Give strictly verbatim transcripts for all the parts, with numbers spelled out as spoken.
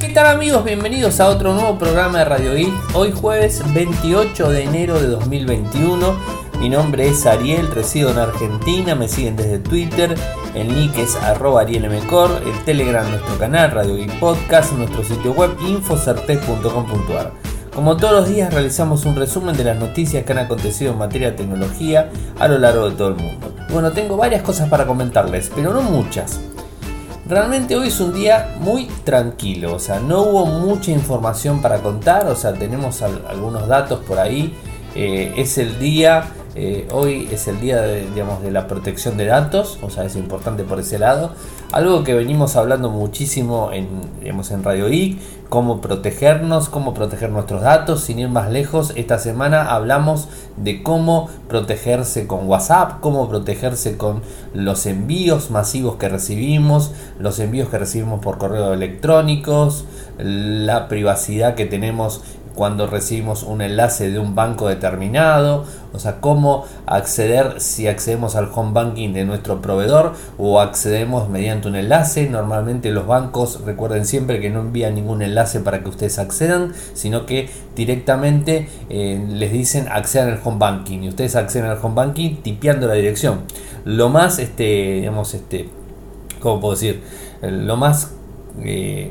¿Qué tal amigos? Bienvenidos a otro nuevo programa de Radio Geek. Hoy jueves veintiocho de enero de dos mil veintiuno. Mi nombre es Ariel, resido en Argentina, me siguen desde Twitter, el nick es arroba arielmcor, el Telegram nuestro canal, Radio Geek Podcast, nuestro sitio web infocertec punto com punto ar. Como todos los días realizamos un resumen de las noticias que han acontecido en materia de tecnología a lo largo de todo el mundo. Bueno, tengo varias cosas para comentarles, pero no muchas. Realmente hoy es un día muy tranquilo, o sea, no hubo mucha información para contar, o sea, tenemos al- algunos datos por ahí. Eh, es el día, eh, hoy es el día de, digamos, de la protección de datos, o sea, es importante por ese lado. Algo que venimos hablando muchísimo en, digamos, en Radio Geek, cómo protegernos, cómo proteger nuestros datos. Sin ir más lejos, esta semana hablamos de cómo protegerse con WhatsApp, cómo protegerse con los envíos masivos que recibimos, los envíos que recibimos por correo electrónicos, la privacidad que tenemos cuando recibimos un enlace de un banco determinado, o sea, cómo acceder si accedemos al home banking de nuestro proveedor o accedemos mediante un enlace. Normalmente los bancos, recuerden siempre que no envían ningún enlace para que ustedes accedan, sino que directamente eh, les dicen accedan al home banking y ustedes acceden al home banking tipeando la dirección. Lo más, este, digamos, este, ¿cómo puedo decir? Lo más eh,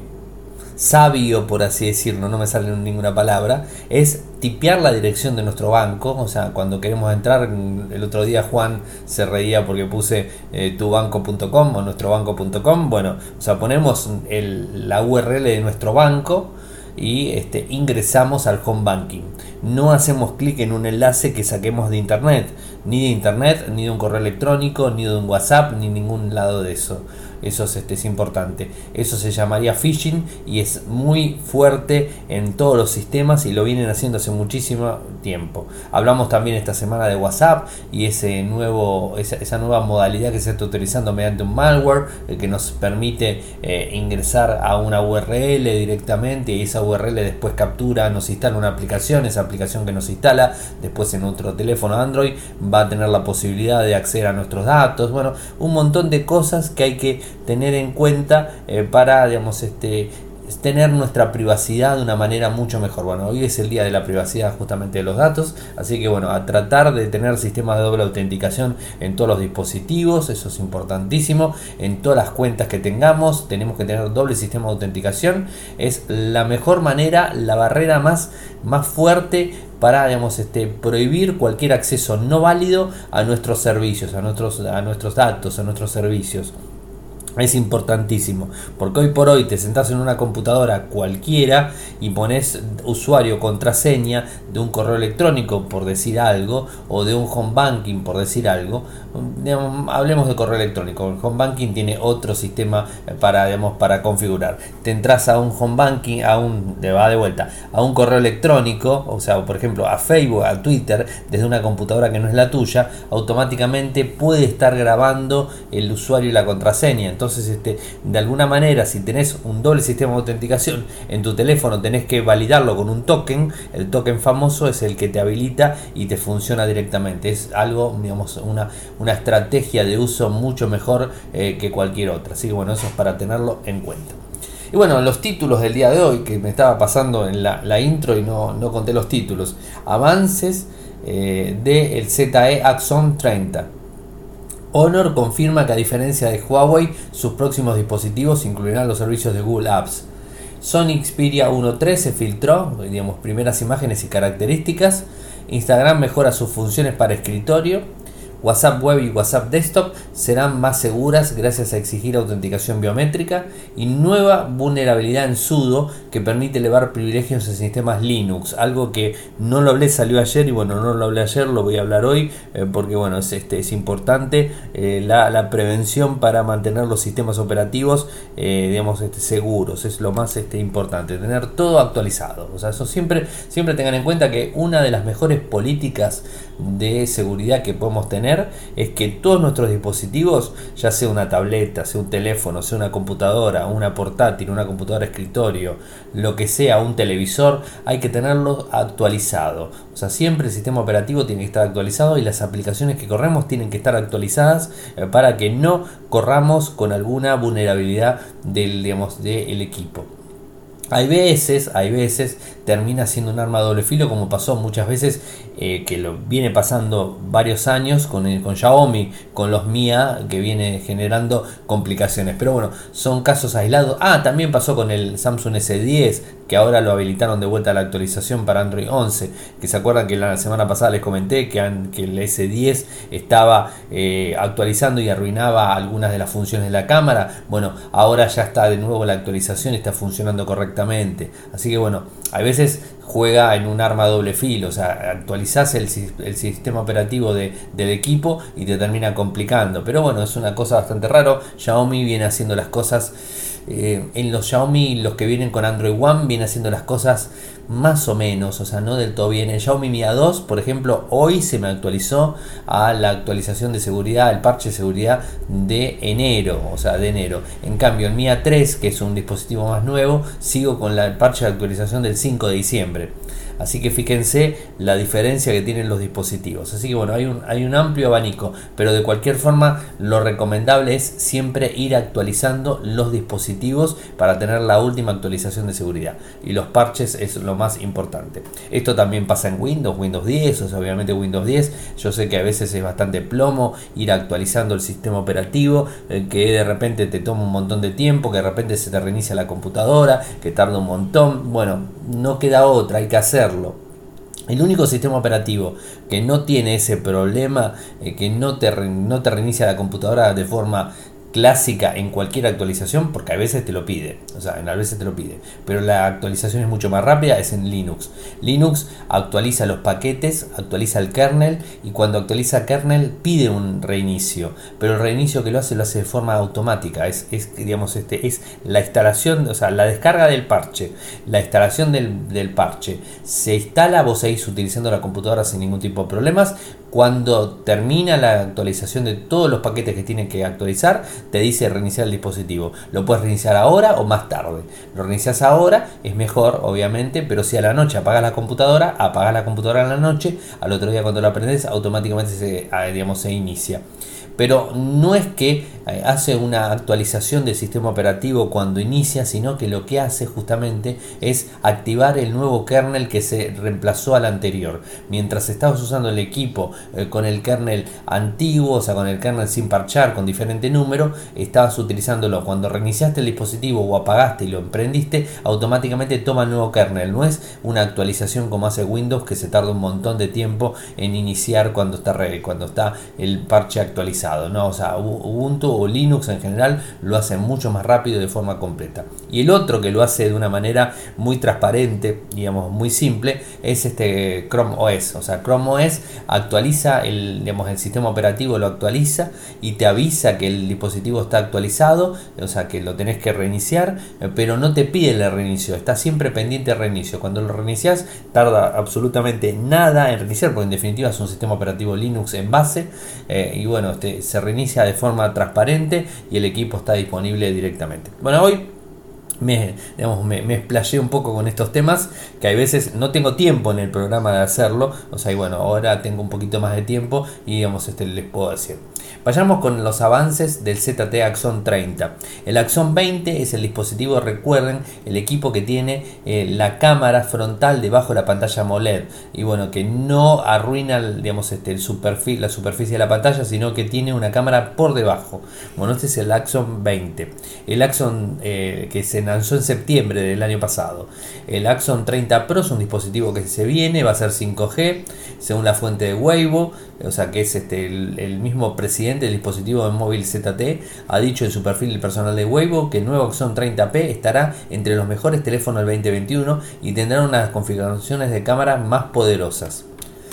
sabio, por así decirlo, no me sale ninguna palabra, es tipear la dirección de nuestro banco. O sea, cuando queremos entrar, el otro día Juan se reía porque puse eh, tubanco punto com o nuestrobanco punto com. Bueno, o sea, ponemos el, la U R L de nuestro banco y este, ingresamos al home banking. No hacemos clic en un enlace que saquemos de internet, ni de internet, ni de un correo electrónico, ni de un WhatsApp, ni ningún lado de eso. Eso es, este, es importante. Eso se llamaría phishing y es muy fuerte en todos los sistemas y lo vienen haciendo hace muchísimo tiempo. Hablamos también esta semana de WhatsApp y ese nuevo, esa, esa nueva modalidad que se está utilizando mediante un malware eh, que nos permite eh, ingresar a una U R L directamente y esa U R L después captura, nos instala una aplicación. Esa aplicación que nos instala después en otro teléfono Android va a tener la posibilidad de acceder a nuestros datos. Bueno, un montón de cosas que hay que tener en cuenta eh, para, digamos, este, tener nuestra privacidad de una manera mucho mejor. Bueno, hoy es el día de la privacidad justamente de los datos, así que bueno, a tratar de tener sistemas de doble autenticación en todos los dispositivos. Eso es importantísimo. En todas las cuentas que tengamos tenemos que tener doble sistema de autenticación. Es la mejor manera, la barrera más, más fuerte para, digamos, este, prohibir cualquier acceso no válido a nuestros servicios, a nuestros, a nuestros datos, a nuestros servicios. Es importantísimo, porque hoy por hoy te sentás en una computadora cualquiera y pones usuario, contraseña de un correo electrónico, por decir algo, o de un home banking, por decir algo. Digamos, hablemos de correo electrónico. El home banking tiene otro sistema para, digamos, para configurar. Te entras a un home banking, a un, te va de vuelta, a un correo electrónico, o sea, por ejemplo, a Facebook, a Twitter, desde una computadora que no es la tuya, automáticamente puede estar grabando el usuario y la contraseña. Entonces, este, de alguna manera, si tenés un doble sistema de autenticación en tu teléfono, tenés que validarlo con un token. El token famoso es el que te habilita y te funciona directamente. Es algo, digamos, una, una estrategia de uso mucho mejor eh, que cualquier otra. Así que bueno, eso es para tenerlo en cuenta. Y bueno, los títulos del día de hoy, que me estaba pasando en la, la intro y no, no conté los títulos. Avances eh, del Z T E Axon treinta. Honor confirma que a diferencia de Huawei, sus próximos dispositivos incluirán los servicios de Google Apps. Sony Xperia uno punto tres se filtró, digamos, primeras imágenes y características. Instagram mejora sus funciones para escritorio. WhatsApp Web y WhatsApp Desktop serán más seguras gracias a exigir autenticación biométrica, y nueva vulnerabilidad en sudo que permite elevar privilegios en sistemas Linux. Algo que no lo hablé, salió ayer y bueno, no lo hablé ayer, lo voy a hablar hoy eh, porque bueno, es, este, es importante eh, la, la prevención para mantener los sistemas operativos eh, digamos, este, seguros. Es lo más este, importante, tener todo actualizado. O sea, eso siempre, siempre tengan en cuenta que una de las mejores políticas de seguridad que podemos tener es que todos nuestros dispositivos, ya sea una tableta, sea un teléfono, sea una computadora, una portátil, una computadora de escritorio, lo que sea, un televisor, hay que tenerlo actualizado. O sea, siempre el sistema operativo tiene que estar actualizado y las aplicaciones que corremos tienen que estar actualizadas eh, para que no corramos con alguna vulnerabilidad del, digamos, del equipo. Hay veces, hay veces termina siendo un arma a doble filo, como pasó muchas veces, eh, que lo viene pasando varios años con, el, con Xiaomi, con los Mi A, que viene generando complicaciones. Pero bueno, son casos aislados. Ah, también pasó con el Samsung ese diez, que ahora lo habilitaron de vuelta a la actualización para Android once. Que se acuerdan que la semana pasada les comenté que, han, que el ese diez estaba eh, actualizando y arruinaba algunas de las funciones de la cámara. Bueno, ahora ya está de nuevo la actualización y está funcionando correctamente. Así que bueno, a veces juega en un arma a doble filo, o sea, actualizás el, el sistema operativo de, del equipo y te termina complicando. Pero bueno, es una cosa bastante raro. Xiaomi viene haciendo las cosas, eh, en los Xiaomi, los que vienen con Android One, viene haciendo las cosas más o menos, o sea, no del todo bien. El Xiaomi Mi A dos, por ejemplo, hoy se me actualizó a la actualización de seguridad, el parche de seguridad de enero, o sea, de enero. En cambio, el Mi A tres, que es un dispositivo más nuevo, sigo con la, el parche de actualización del cinco de diciembre. Así que fíjense la diferencia que tienen los dispositivos. Así que bueno, hay un, hay un amplio abanico, pero de cualquier forma lo recomendable es siempre ir actualizando los dispositivos para tener la última actualización de seguridad. Y los parches es lo más importante. Esto también pasa en Windows, Windows diez, o sea, obviamente Windows diez. Yo sé que a veces es bastante plomo ir actualizando el sistema operativo, eh, que de repente te toma un montón de tiempo, que de repente se te reinicia la computadora, que tarda un montón. Bueno, no queda otra, hay que hacerlo. El único sistema operativo que no tiene ese problema, eh, que no te, no te reinicia la computadora de forma clásica en cualquier actualización, porque a veces te lo pide, o sea, a veces te lo pide, pero la actualización es mucho más rápida, es en Linux. Linux actualiza los paquetes, actualiza el kernel, y cuando actualiza kernel pide un reinicio, pero el reinicio que lo hace lo hace de forma automática. Es, es digamos, este, es la instalación, o sea, la descarga del parche, la instalación del, del parche, se instala, vos seguís utilizando la computadora sin ningún tipo de problemas. Cuando termina la actualización de todos los paquetes que tienen que actualizar, te dice reiniciar el dispositivo. Lo puedes reiniciar ahora o más tarde. Lo reinicias ahora, es mejor, obviamente, pero si a la noche apagas la computadora, apagas la computadora en la noche, al otro día cuando la prendes, automáticamente se, digamos, se inicia. Pero no es que hace una actualización del sistema operativo cuando inicia, sino que lo que hace justamente es activar el nuevo kernel que se reemplazó al anterior. Mientras estabas usando el equipo eh, con el kernel antiguo, o sea, con el kernel sin parchar, con diferente número, estabas utilizándolo. Cuando reiniciaste el dispositivo o apagaste y lo emprendiste, automáticamente toma el nuevo kernel. No es una actualización como hace Windows, que se tarda un montón de tiempo en iniciar cuando está, re, cuando está el parche actualizado, ¿no? O sea, Ubuntu o Linux en general lo hace mucho más rápido de forma completa. Y el otro que lo hace de una manera muy transparente, digamos, muy simple, es este Chrome O S. O sea, Chrome O S actualiza el, digamos, el sistema operativo, lo actualiza y te avisa que el dispositivo está actualizado, o sea, que lo tenés que reiniciar, pero no te pide el reinicio, está siempre pendiente de reinicio. Cuando lo reinicias, tarda absolutamente nada en reiniciar, porque en definitiva es un sistema operativo Linux en base, eh, y bueno, este, se reinicia de forma transparente y el equipo está disponible directamente. Bueno, hoy me, digamos, me, me explayé un poco con estos temas, que a veces no tengo tiempo en el programa de hacerlo, o sea, y bueno, ahora tengo un poquito más de tiempo y digamos, este, les puedo decir. Vayamos con los avances del Z T Axon treinta. El Axon veinte es el dispositivo, recuerden, el equipo que tiene eh, la cámara frontal debajo de la pantalla AMOLED, y bueno, que no arruina, digamos, este, el superficie, la superficie de la pantalla, sino que tiene una cámara por debajo. Bueno, este es el Axon veinte. El Axon eh, que se lanzó en septiembre del año pasado. El Axon treinta Pro es un dispositivo que se viene, va a ser cinco G, según la fuente de Weibo, o sea que es este, el, el mismo presidente del dispositivo de móvil Z T E, ha dicho en su perfil personal de Weibo que el nuevo Axon treinta P estará entre los mejores teléfonos del veinte veintiuno y tendrá unas configuraciones de cámara más poderosas.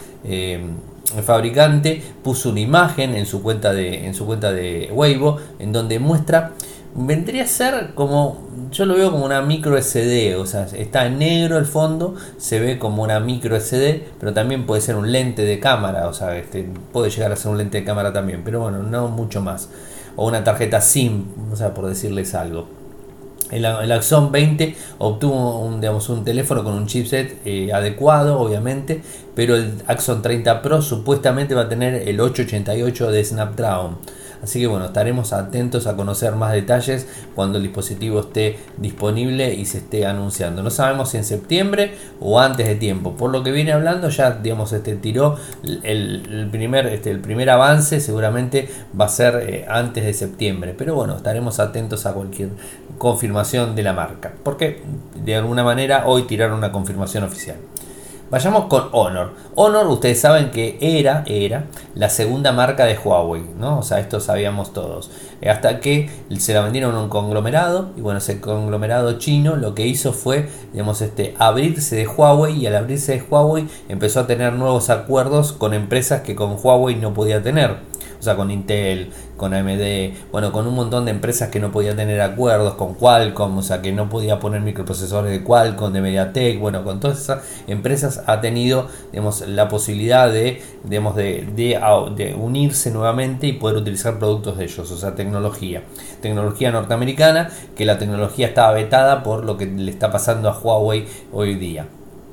Eh, el fabricante puso una imagen en su cuenta de, en su cuenta de Weibo en donde muestra, vendría a ser como, yo lo veo como una micro S D, o sea, está en negro el fondo, se ve como una micro S D, pero también puede ser un lente de cámara, o sea, este, puede llegar a ser un lente de cámara también, pero bueno, no mucho más, o una tarjeta SIM, o sea, por decirles algo. El, el Axon veinte obtuvo un, digamos, un teléfono con un chipset eh, adecuado, obviamente, pero el Axon treinta Pro supuestamente va a tener el ochocientos ochenta y ocho de Snapdragon. Así que bueno, estaremos atentos a conocer más detalles cuando el dispositivo esté disponible y se esté anunciando. No sabemos si en septiembre o antes de tiempo. Por lo que viene hablando, ya digamos este tiró el, el primer este, el primer avance, seguramente va a ser eh, antes de septiembre. Pero bueno, estaremos atentos a cualquier confirmación de la marca, porque de alguna manera hoy tiraron una confirmación oficial. Vayamos con Honor. Honor, ustedes saben que era, era la segunda marca de Huawei, ¿no? O sea, esto sabíamos todos. Hasta que se la vendieron a un conglomerado, y bueno, ese conglomerado chino lo que hizo fue, digamos, este, abrirse de Huawei, y al abrirse de Huawei empezó a tener nuevos acuerdos con empresas que con Huawei no podía tener. O sea, con Intel, con A M D, bueno, con un montón de empresas que no podía tener acuerdos, con Qualcomm, o sea, que no podía poner microprocesores de Qualcomm, de MediaTek, bueno, con todas esas empresas ha tenido, digamos, la posibilidad de, digamos, de, de, de unirse nuevamente y poder utilizar productos de ellos, o sea, tecnología, tecnología norteamericana, que la tecnología estaba vetada por lo que le está pasando a Huawei hoy día.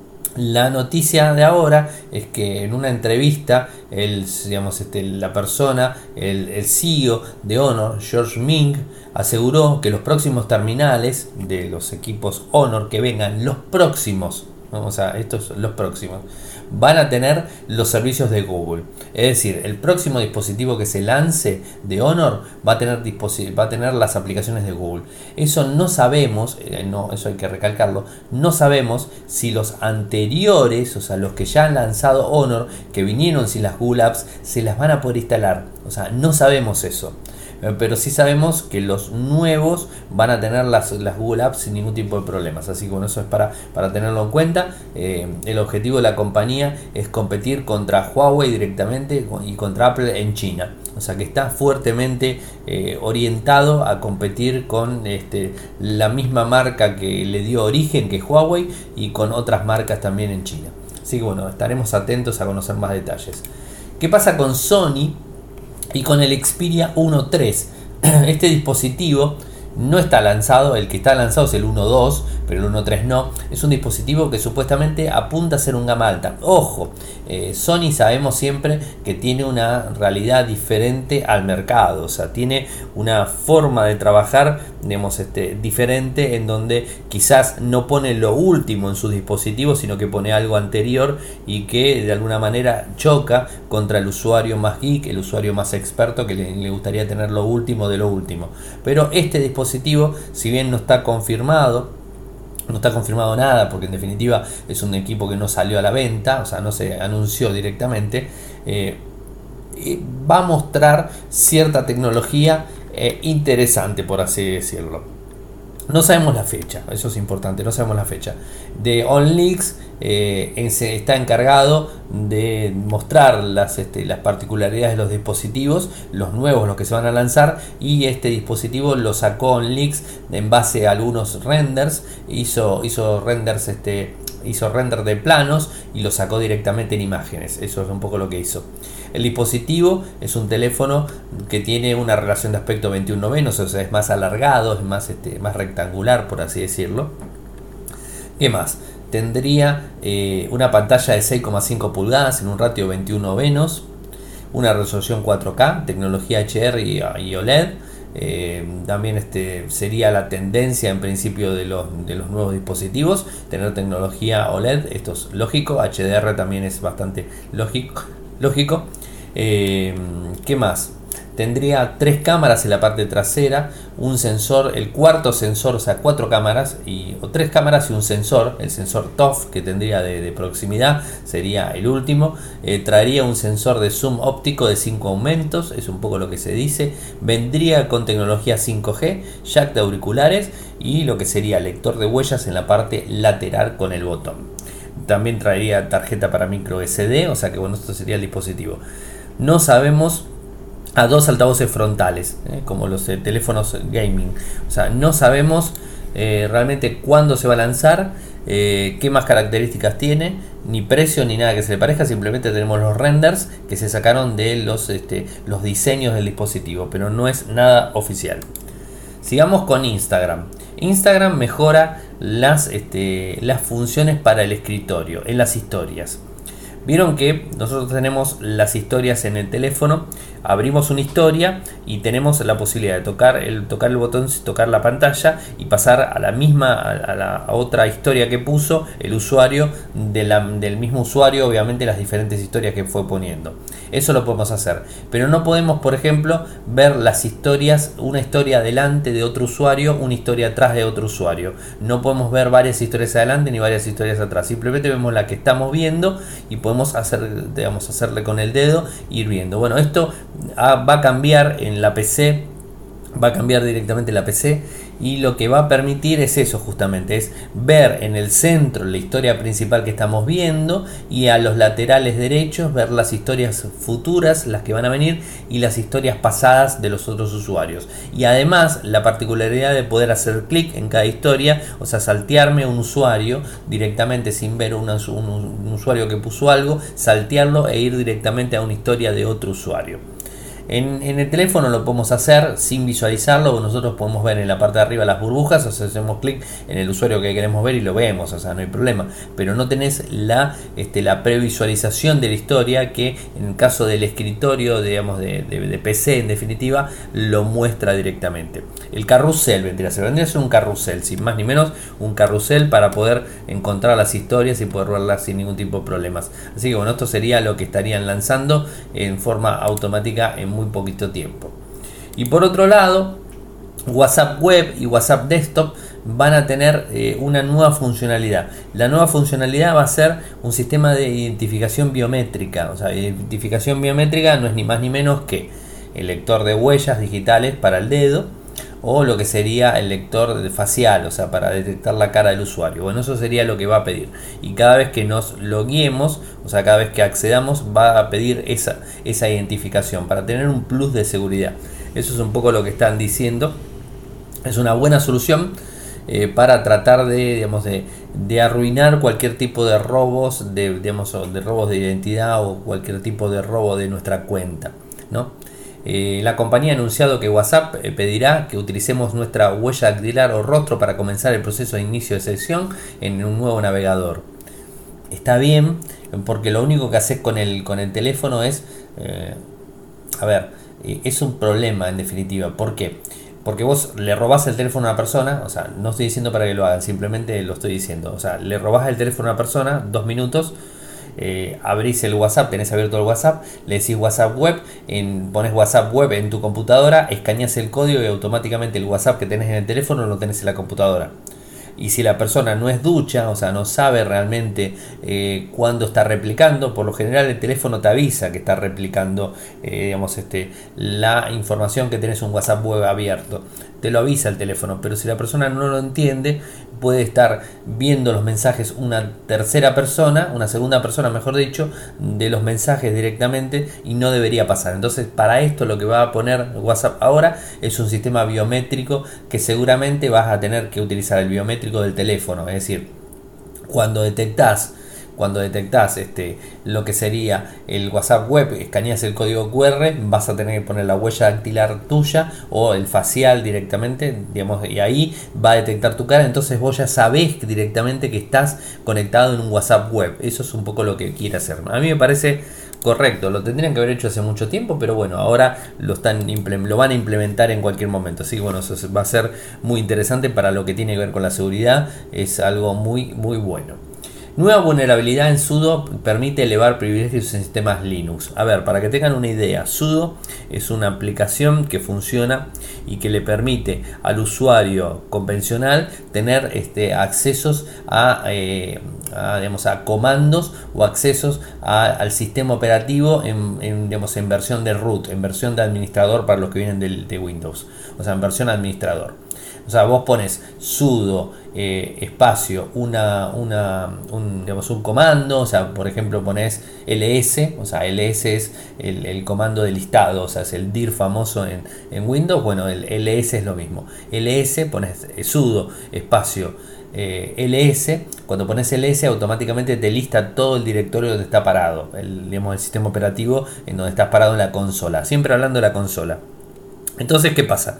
La noticia de ahora es que en una entrevista el, digamos, este, la persona, el, el C E O de Honor, George Ming, aseguró que los próximos terminales de los equipos Honor que vengan, los próximos, ¿no? O sea, estos los próximos, van a tener los servicios de Google. Es decir, el próximo dispositivo que se lance de Honor va a tener, va a tener las aplicaciones de Google. Eso no sabemos, eh, no, eso hay que recalcarlo, no sabemos si los anteriores, o sea, los que ya han lanzado Honor, que vinieron sin las Google Apps, se las van a poder instalar. O sea, no sabemos eso. Pero sí sabemos que los nuevos van a tener las, las Google Apps sin ningún tipo de problemas. Así que bueno, eso es para, para tenerlo en cuenta. Eh, el objetivo de la compañía es competir contra Huawei directamente y contra Apple en China. O sea que está fuertemente eh, orientado a competir con este, la misma marca que le dio origen, que es Huawei, y con otras marcas también en China. Así que bueno, estaremos atentos a conocer más detalles. ¿Qué pasa con Sony y con el Xperia uno punto tres? Este dispositivo no está lanzado, el que está lanzado es el uno punto dos, pero el uno punto tres no. Es un dispositivo que supuestamente apunta a ser un gama alta. Ojo, eh, Sony sabemos siempre que tiene una realidad diferente al mercado, o sea, tiene una forma de trabajar, digamos, este, diferente, en donde quizás no pone lo último en sus dispositivos, sino que pone algo anterior y que de alguna manera choca contra el usuario más geek, el usuario más experto, que le, le gustaría tener lo último de lo último. Pero este dispositivo, si bien no está confirmado, no está confirmado nada, porque en definitiva es un equipo que no salió a la venta, o sea, no se anunció directamente, eh, va a mostrar cierta tecnología eh, interesante, por así decirlo. No sabemos la fecha, eso es importante, no sabemos la fecha. De OnLeaks eh, está encargado de mostrar las, este, las particularidades de los dispositivos, los nuevos, los que se van a lanzar, y este dispositivo lo sacó OnLeaks en base a algunos renders, hizo, hizo renders este, hizo render de planos y lo sacó directamente en imágenes. Eso es un poco lo que hizo. El dispositivo es un teléfono que tiene una relación de aspecto veintiuno novenos, o sea, es más alargado, es más, este, más rectangular, por así decirlo. ¿Qué más? Tendría eh, una pantalla de seis coma cinco pulgadas en un ratio de veintiuno novenos, una resolución cuatro K, tecnología H D R y, y O L E D. Eh, también este, sería la tendencia en principio de los, de los nuevos dispositivos, tener tecnología O L E D. Esto es lógico, H D R también es bastante lógico. lógico. Eh, ¿Qué más? Tendría tres cámaras en la parte trasera, un sensor, el cuarto sensor, o sea, cuatro cámaras, y, o tres cámaras y un sensor, el sensor T O F que tendría de, de proximidad, sería el último. Eh, traería un sensor de zoom óptico de cinco aumentos, es un poco lo que se dice. Vendría con tecnología cinco G, jack de auriculares y lo que sería lector de huellas en la parte lateral con el botón. También traería tarjeta para micro S D, o sea que bueno, esto sería el dispositivo. No sabemos a dos altavoces frontales, eh, como los eh, teléfonos gaming. O sea, no sabemos eh, realmente cuándo se va a lanzar, eh, qué más características tiene, ni precio ni nada que se le parezca. Simplemente tenemos los renders que se sacaron de los, este, los diseños del dispositivo, pero no es nada oficial. Sigamos con Instagram. Instagram mejora las, este, las funciones para el escritorio, en las historias. Vieron que nosotros tenemos las historias en el teléfono, abrimos una historia y tenemos la posibilidad de tocar el, tocar el botón, tocar la pantalla y pasar a la misma, a, la, a otra historia que puso el usuario, de la, del mismo usuario, obviamente las diferentes historias que fue poniendo. Eso lo podemos hacer, pero no podemos, por ejemplo, ver las historias, una historia adelante de otro usuario, una historia atrás de otro usuario. No podemos ver varias historias adelante ni varias historias atrás, simplemente vemos la que estamos viendo y podemos hacer, digamos, hacerle con el dedo e ir viendo. Bueno, esto va a cambiar en la P C, va a cambiar directamente la P C, y lo que va a permitir es eso, justamente, es ver en el centro la historia principal que estamos viendo y a los laterales derechos ver las historias futuras, las que van a venir, y las historias pasadas de los otros usuarios. Y además la particularidad de poder hacer clic en cada historia, o sea, saltearme un usuario directamente sin ver una, un, un usuario que puso algo, saltearlo e ir directamente a una historia de otro usuario. En, en el teléfono lo podemos hacer sin visualizarlo, nosotros podemos ver en la parte de arriba las burbujas, o sea, hacemos clic en el usuario que queremos ver y lo vemos, o sea, no hay problema, pero no tenés la, este, la previsualización de la historia, que en el caso del escritorio, digamos, de, de, de P C, en definitiva, lo muestra directamente. El carrusel vendría a ser, vendría a ser un carrusel, sin más ni menos, un carrusel para poder encontrar las historias y poder verlas sin ningún tipo de problemas. Así que bueno, esto sería lo que estarían lanzando en forma automática en muy poquito tiempo. Y por otro lado, WhatsApp Web y WhatsApp Desktop van a tener eh, una nueva funcionalidad. La nueva funcionalidad va a ser un sistema de identificación biométrica. O sea, identificación biométrica no es ni más ni menos que el lector de huellas digitales para el dedo, o lo que sería el lector facial, o sea, para detectar la cara del usuario. Bueno, eso sería lo que va a pedir. Y cada vez que nos loguemos, o sea, cada vez que accedamos, va a pedir esa, esa identificación para tener un plus de seguridad. Eso es un poco lo que están diciendo. Es una buena solución eh, para tratar de, digamos, de, de arruinar cualquier tipo de robos, de, digamos, de robos de identidad o cualquier tipo de robo de nuestra cuenta, ¿no? Eh, la compañía ha anunciado que WhatsApp eh, pedirá que utilicemos nuestra huella dactilar o rostro para comenzar el proceso de inicio de sesión en un nuevo navegador. Está bien, porque lo único que haces con el, con el teléfono es, eh, a ver, eh, es un problema en definitiva. ¿Por qué? Porque vos le robás el teléfono a una persona, o sea, no estoy diciendo para que lo hagan, simplemente lo estoy diciendo. O sea, le robás el teléfono a una persona, dos minutos. Eh, abrís el WhatsApp, tenés abierto el WhatsApp, le decís WhatsApp Web, en, pones WhatsApp Web en tu computadora, escaneas el código y automáticamente el WhatsApp que tenés en el teléfono lo tenés en la computadora. Y si la persona no es ducha, o sea, no sabe realmente eh, cuándo está replicando, por lo general el teléfono te avisa que está replicando eh, digamos, este, la información que tenés un WhatsApp Web abierto. Te lo avisa el teléfono, pero si la persona no lo entiende, puede estar viendo los mensajes una tercera persona, una segunda persona mejor dicho, de los mensajes directamente, y no debería pasar. Entonces, para esto lo que va a poner WhatsApp ahora es un sistema biométrico que seguramente vas a tener que utilizar el biométrico del teléfono. Es decir, cuando detectás Cuando detectás este, lo que sería el WhatsApp Web, escaneas el código Q R, vas a tener que poner la huella dactilar tuya o el facial directamente, digamos, y ahí va a detectar tu cara. Entonces vos ya sabés directamente que estás conectado en un WhatsApp Web. Eso es un poco lo que quiere hacer. A mí me parece correcto, lo tendrían que haber hecho hace mucho tiempo, pero bueno, ahora lo, están, lo van a implementar en cualquier momento. Así que bueno, eso va a ser muy interesante para lo que tiene que ver con la seguridad. Es algo muy, muy bueno. Nueva vulnerabilidad en sudo permite elevar privilegios en sistemas Linux. A ver, para que tengan una idea, sudo es una aplicación que funciona y que le permite al usuario convencional tener este, accesos a, eh, a, digamos, a comandos o accesos a, al sistema operativo en, en, digamos, en versión de root, en versión de administrador para los que vienen de, de Windows, o sea, en versión administrador. O sea, vos pones sudo eh, espacio una, una, un, digamos, un comando, o sea, por ejemplo pones ls, o sea, ls es el, el comando de listado, o sea, es el dir famoso en, en Windows. Bueno, el ls es lo mismo. Ls, pones sudo espacio eh, ls, cuando pones ls automáticamente te lista todo el directorio donde está parado, el, digamos, el sistema operativo en donde estás parado en la consola, siempre hablando de la consola. Entonces, ¿qué pasa?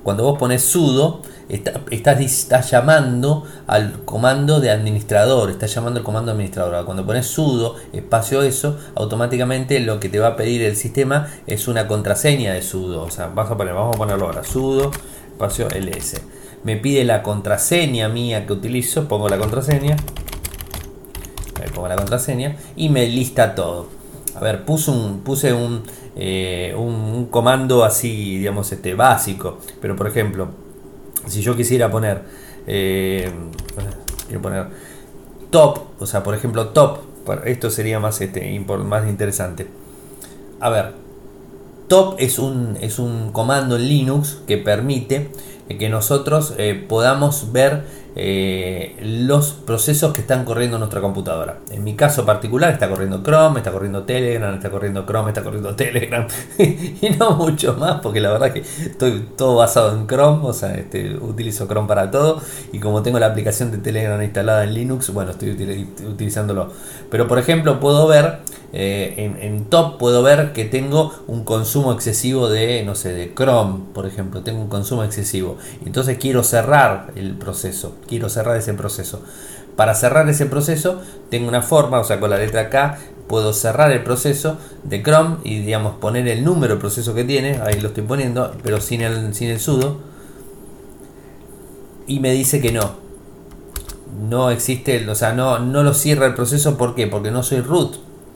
Cuando vos pones sudo, está, estás, estás llamando al comando de administrador, estás llamando al comando administrador. Cuando pones sudo espacio eso, automáticamente lo que te va a pedir el sistema es una contraseña de sudo. O sea, vas a poner, vamos a ponerlo ahora, sudo espacio ls. Me pide la contraseña mía que utilizo, pongo la contraseña, pongo la contraseña y me lista todo. A ver, puse un, puse un, eh, un, un comando así, digamos, este básico, pero por ejemplo, si yo quisiera poner, eh, quiero poner top, o sea, por ejemplo, top, esto sería más, este, más interesante. A ver, top es un, es un comando en Linux que permite que nosotros eh, podamos ver eh, los procesos que están corriendo en nuestra computadora. En mi caso particular está corriendo Chrome, está corriendo Telegram, está corriendo Chrome, está corriendo Telegram y no mucho más, porque la verdad que estoy todo basado en Chrome, o sea, este, utilizo Chrome para todo, y como tengo la aplicación de Telegram instalada en Linux, bueno, estoy util- utilizándolo. Pero por ejemplo puedo ver eh, en, en top puedo ver que tengo un consumo excesivo de, no sé, de Chrome, por ejemplo, tengo un consumo excesivo. Entonces quiero cerrar el proceso, quiero cerrar ese proceso. Para cerrar ese proceso tengo una forma, o sea, con la letra K puedo cerrar el proceso de Chrome y, digamos, poner el número de proceso que tiene, ahí lo estoy poniendo, pero sin el, sin el sudo, y me dice que no, no existe, o sea, no, no lo cierra el proceso. ¿Por qué? Porque no soy root.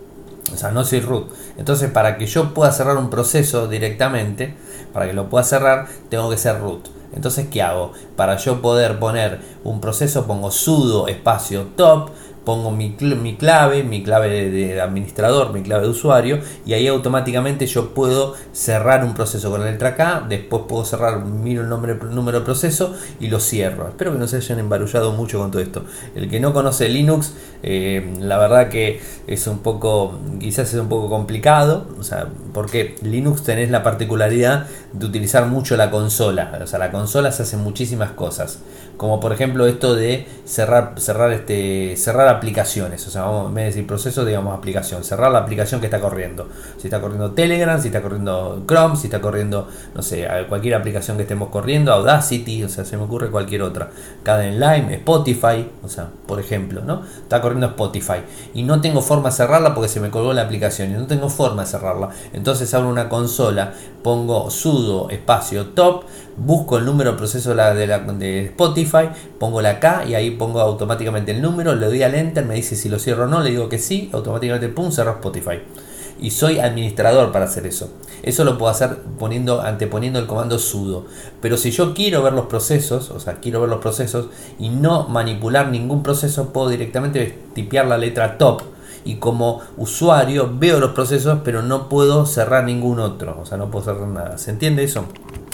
O sea, no soy root. Entonces, para que yo pueda cerrar un proceso directamente, para que lo pueda cerrar, tengo que ser root. Entonces, ¿qué hago? Para yo poder poner un proceso, pongo sudo espacio top, pongo mi, cl- mi clave, mi clave de, de administrador, mi clave de usuario, y ahí automáticamente yo puedo cerrar un proceso con la letra K. Después puedo cerrar, miro el nombre, número de proceso y lo cierro. Espero que no se hayan embarullado mucho con todo esto. El que no conoce Linux, eh, la verdad que es un poco, quizás es un poco complicado, o sea, porque Linux tenés la particularidad de utilizar mucho la consola. O sea, la consola se hace muchísimas cosas, como por ejemplo esto de cerrar, cerrar este, cerrar aplicaciones. O sea, vamos, en vez de decir proceso, digamos aplicación, cerrar la aplicación que está corriendo. Si está corriendo Telegram, si está corriendo Chrome, si está corriendo, no sé, cualquier aplicación que estemos corriendo, Audacity, o sea, se me ocurre cualquier otra, Kdenlive, Spotify, o sea, por ejemplo, ¿no? Está corriendo Spotify y no tengo forma de cerrarla porque se me colgó la aplicación y no tengo forma de cerrarla. Entonces abro una consola, pongo sudo espacio top, busco el número de proceso de, la, de, la, de Spotify, pongo la K y ahí pongo automáticamente el número, le doy al enter, me dice si lo cierro o no, le digo que sí, automáticamente pum, cerro Spotify. Y soy administrador para hacer eso. Eso lo puedo hacer poniendo, anteponiendo el comando sudo. Pero si yo quiero ver los procesos, o sea, quiero ver los procesos y no manipular ningún proceso, puedo directamente tipear la letra top. Y como usuario veo los procesos, pero no puedo cerrar ningún otro. O sea, no puedo cerrar nada. ¿Se entiende eso?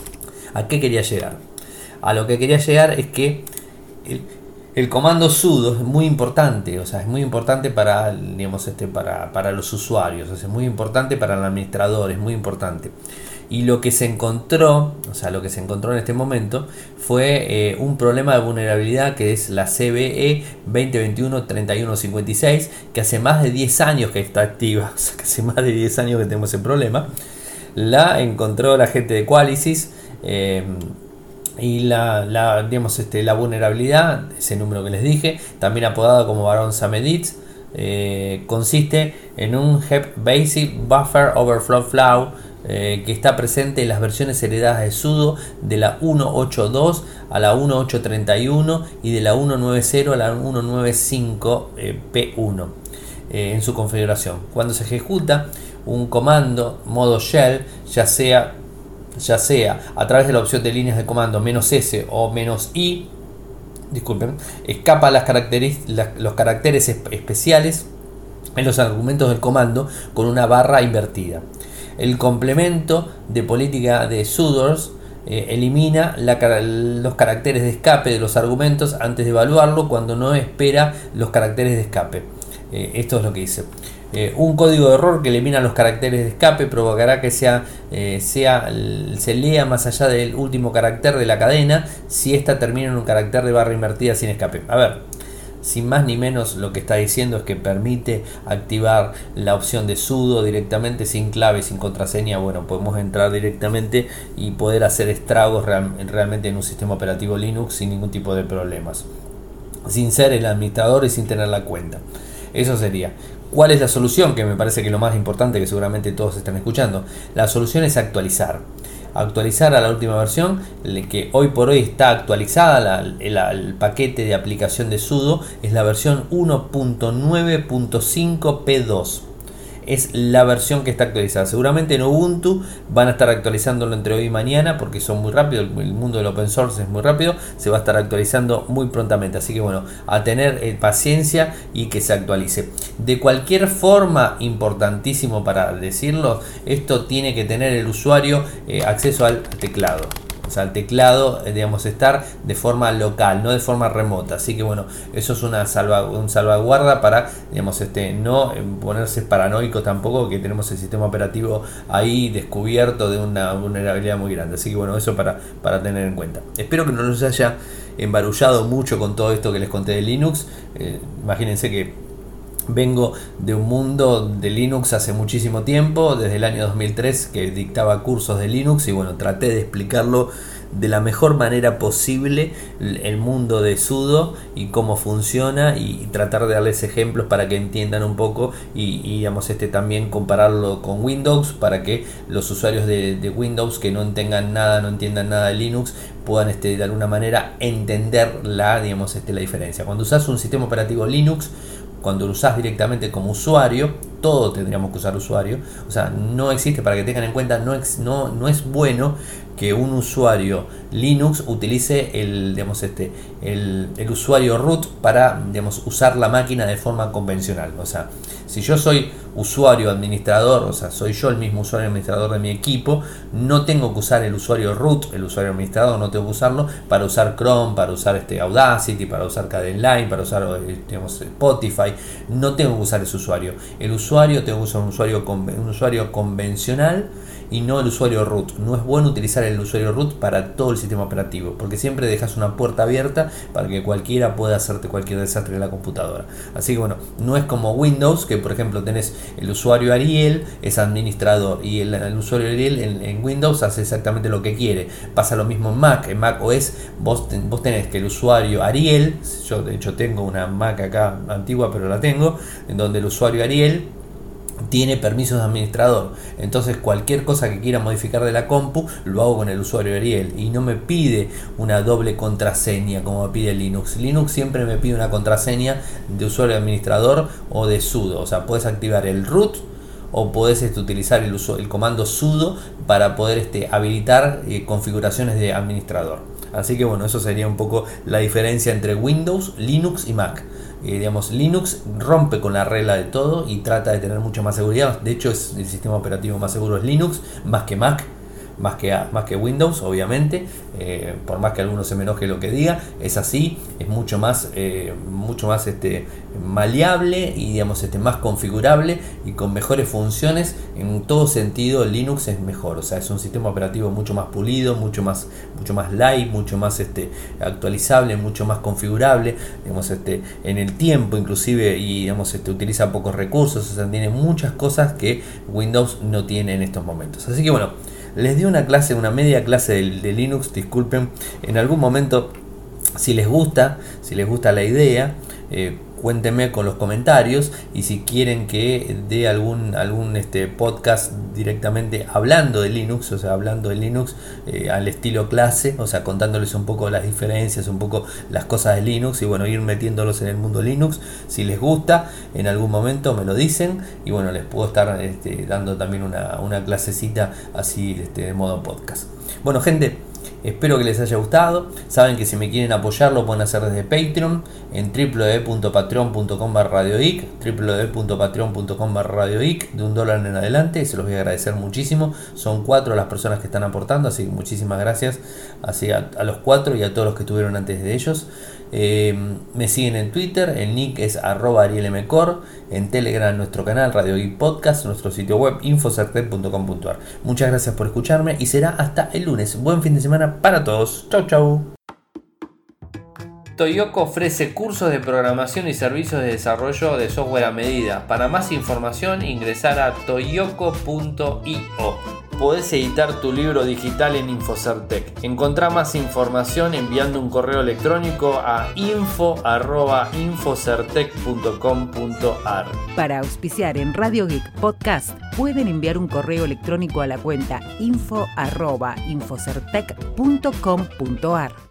¿A qué quería llegar? A lo que quería llegar es que el, el comando sudo es muy importante, o sea, es muy importante para, digamos, este, para, para los usuarios, o sea, es muy importante para el administrador, es muy importante. Y lo que se encontró, o sea, lo que se encontró en este momento fue eh, un problema de vulnerabilidad que es la C V E veinte veintiuno treinta y uno cincuenta y seis, que hace más de diez años que está activa, o sea, que hace más de diez años que tenemos ese problema. La encontró la gente de Qualysys. Eh, y la, la, digamos, este, la vulnerabilidad, ese número que les dije, también apodada como Baron Samedits, eh, consiste en un Heap Basic Buffer Overflow Flaw eh, que está presente en las versiones heredadas de sudo de la uno punto ocho punto dos a la uno punto ocho punto treinta y uno y de la uno punto noventa a la uno punto noventa y cinco eh, P uno eh, en su configuración. Cuando se ejecuta un comando modo shell, ya sea ya sea a través de la opción de líneas de comando "-s" o "-i", disculpen, escapa las caracteres, las, los caracteres esp- especiales en los argumentos del comando con una barra invertida. El complemento de política de sudoers eh, elimina la, los caracteres de escape de los argumentos antes de evaluarlo cuando no espera los caracteres de escape. Eh, esto es lo que dice. Eh, un código de error que elimina los caracteres de escape provocará que sea, eh, sea, se lea más allá del último carácter de la cadena si ésta termina en un carácter de barra invertida sin escape. A ver, sin más ni menos lo que está diciendo es que permite activar la opción de sudo directamente sin clave, sin contraseña. Bueno, podemos entrar directamente y poder hacer estragos real, realmente en un sistema operativo Linux sin ningún tipo de problemas, sin ser el administrador y sin tener la cuenta. Eso sería. ¿Cuál es la solución? Que me parece que es lo más importante, que seguramente todos están escuchando. La solución es actualizar. Actualizar a la última versión, que hoy por hoy está actualizada. La, la, el paquete de aplicación de sudo es la versión uno punto nueve punto cinco P dos. Es la versión que está actualizada. Seguramente en Ubuntu van a estar actualizándolo entre hoy y mañana, porque son muy rápidos. El mundo del open source es muy rápido. Se va a estar actualizando muy prontamente. Así que bueno, a tener eh, paciencia y que se actualice. De cualquier forma, importantísimo para decirlo, esto tiene que tener el usuario eh, acceso al teclado. O sea, el teclado, digamos, estar de forma local, no de forma remota. Así que bueno, eso es una salva, un salvaguarda para, digamos, este, no ponerse paranoico tampoco, que tenemos el sistema operativo ahí descubierto de una vulnerabilidad muy grande. Así que bueno, eso para, para tener en cuenta. Espero que no nos haya embarullado mucho con todo esto que les conté de Linux. Eh, imagínense que vengo de un mundo de Linux hace muchísimo tiempo, desde el año dos mil tres, que dictaba cursos de Linux y bueno, traté de explicarlo de la mejor manera posible el mundo de sudo y cómo funciona, y tratar de darles ejemplos para que entiendan un poco y, y digamos, este, también compararlo con Windows, para que los usuarios de, de Windows que no tengan nada, no entiendan nada de Linux, puedan este, de alguna manera entender la, digamos, este, la diferencia. Cuando usas un sistema operativo Linux, cuando lo usás directamente como usuario, todos tendríamos que usar usuario, o sea, no existe, para que tengan en cuenta, no, ex, no, no es bueno que un usuario Linux utilice el, digamos, este, el, el usuario root para, digamos, usar la máquina de forma convencional. O sea, si yo soy usuario administrador, o sea, soy yo el mismo usuario administrador de mi equipo, no tengo que usar el usuario root, el usuario administrador, no tengo que usarlo para usar Chrome, para usar este Audacity, para usar Kdenlive, para usar, digamos, Spotify. No tengo que usar ese usuario. El usuario tengo que usar un usuario, un usuario convencional y no el usuario root. No es bueno utilizar el usuario root para todo el sistema operativo, porque siempre dejas una puerta abierta para que cualquiera pueda hacerte cualquier desastre en la computadora. Así que bueno, no es como Windows, que por ejemplo tenés el usuario Ariel, es administrador, y el, el usuario Ariel en, en Windows hace exactamente lo que quiere. Pasa lo mismo en Mac. En Mac O S vos, ten, vos tenés que el usuario Ariel, yo de hecho tengo una Mac acá antigua, pero la tengo, en donde el usuario Ariel tiene permisos de administrador. Entonces cualquier cosa que quiera modificar de la compu lo hago con el usuario Ariel, y no me pide una doble contraseña como me pide Linux. Linux siempre me pide una contraseña de usuario administrador o de sudo. O sea, puedes activar el root o podés este, utilizar el, uso, el comando sudo para poder este, habilitar eh, configuraciones de administrador. Así que bueno, eso sería un poco la diferencia entre Windows, Linux y Mac. Eh, digamos, Linux rompe con la regla de todo y trata de tener mucha más seguridad. De hecho, es el sistema operativo más seguro es Linux, más que Mac, más que, más que Windows, obviamente. Eh, por más que alguno se me enoje lo que diga, es así. Es mucho más, eh, mucho más este, maleable y, digamos, este, más configurable y con mejores funciones. En todo sentido, Linux es mejor. O sea, es un sistema operativo mucho más pulido, mucho más, mucho más light, mucho más este, actualizable, mucho más configurable, digamos, este, en el tiempo inclusive, y digamos, este, utiliza pocos recursos. O sea, tiene muchas cosas que Windows no tiene en estos momentos. Así que bueno, les di una clase, una media clase de, de Linux, disculpen. En algún momento, si les gusta, si les gusta la idea, eh, cuéntenme con los comentarios, y si quieren que dé algún, algún este, podcast directamente hablando de Linux, o sea, hablando de Linux eh, al estilo clase, o sea, contándoles un poco las diferencias, un poco las cosas de Linux, y bueno, ir metiéndolos en el mundo Linux. Si les gusta, en algún momento me lo dicen, y bueno, les puedo estar este, dando también una, una clasecita así este, de modo podcast. Bueno, gente, espero que les haya gustado. Saben que si me quieren apoyar lo pueden hacer desde Patreon en w w w punto patreon punto com barra radioic, w w w punto patreon punto com barra radioic, de un dólar en adelante, y se los voy a agradecer muchísimo. Son cuatro las personas que están aportando, así que muchísimas gracias así a, a los cuatro y a todos los que estuvieron antes de ellos. Eh, me siguen en Twitter, el nick es arroba arielmcor, en Telegram nuestro canal Radio Geek Podcast, nuestro sitio web infocertec punto com punto a r. Muchas gracias por escucharme y será hasta el lunes. Buen fin de semana para todos. Chau chau. Toyoko ofrece cursos de programación y servicios de desarrollo de software a medida. Para más información, ingresar a toyoko punto io. Podés editar tu libro digital en Infocertec. Encontrá más información enviando un correo electrónico a info arroba infocertec punto com punto ar. Para auspiciar en Radio Geek Podcast, pueden enviar un correo electrónico a la cuenta info arroba infocertec punto com punto ar.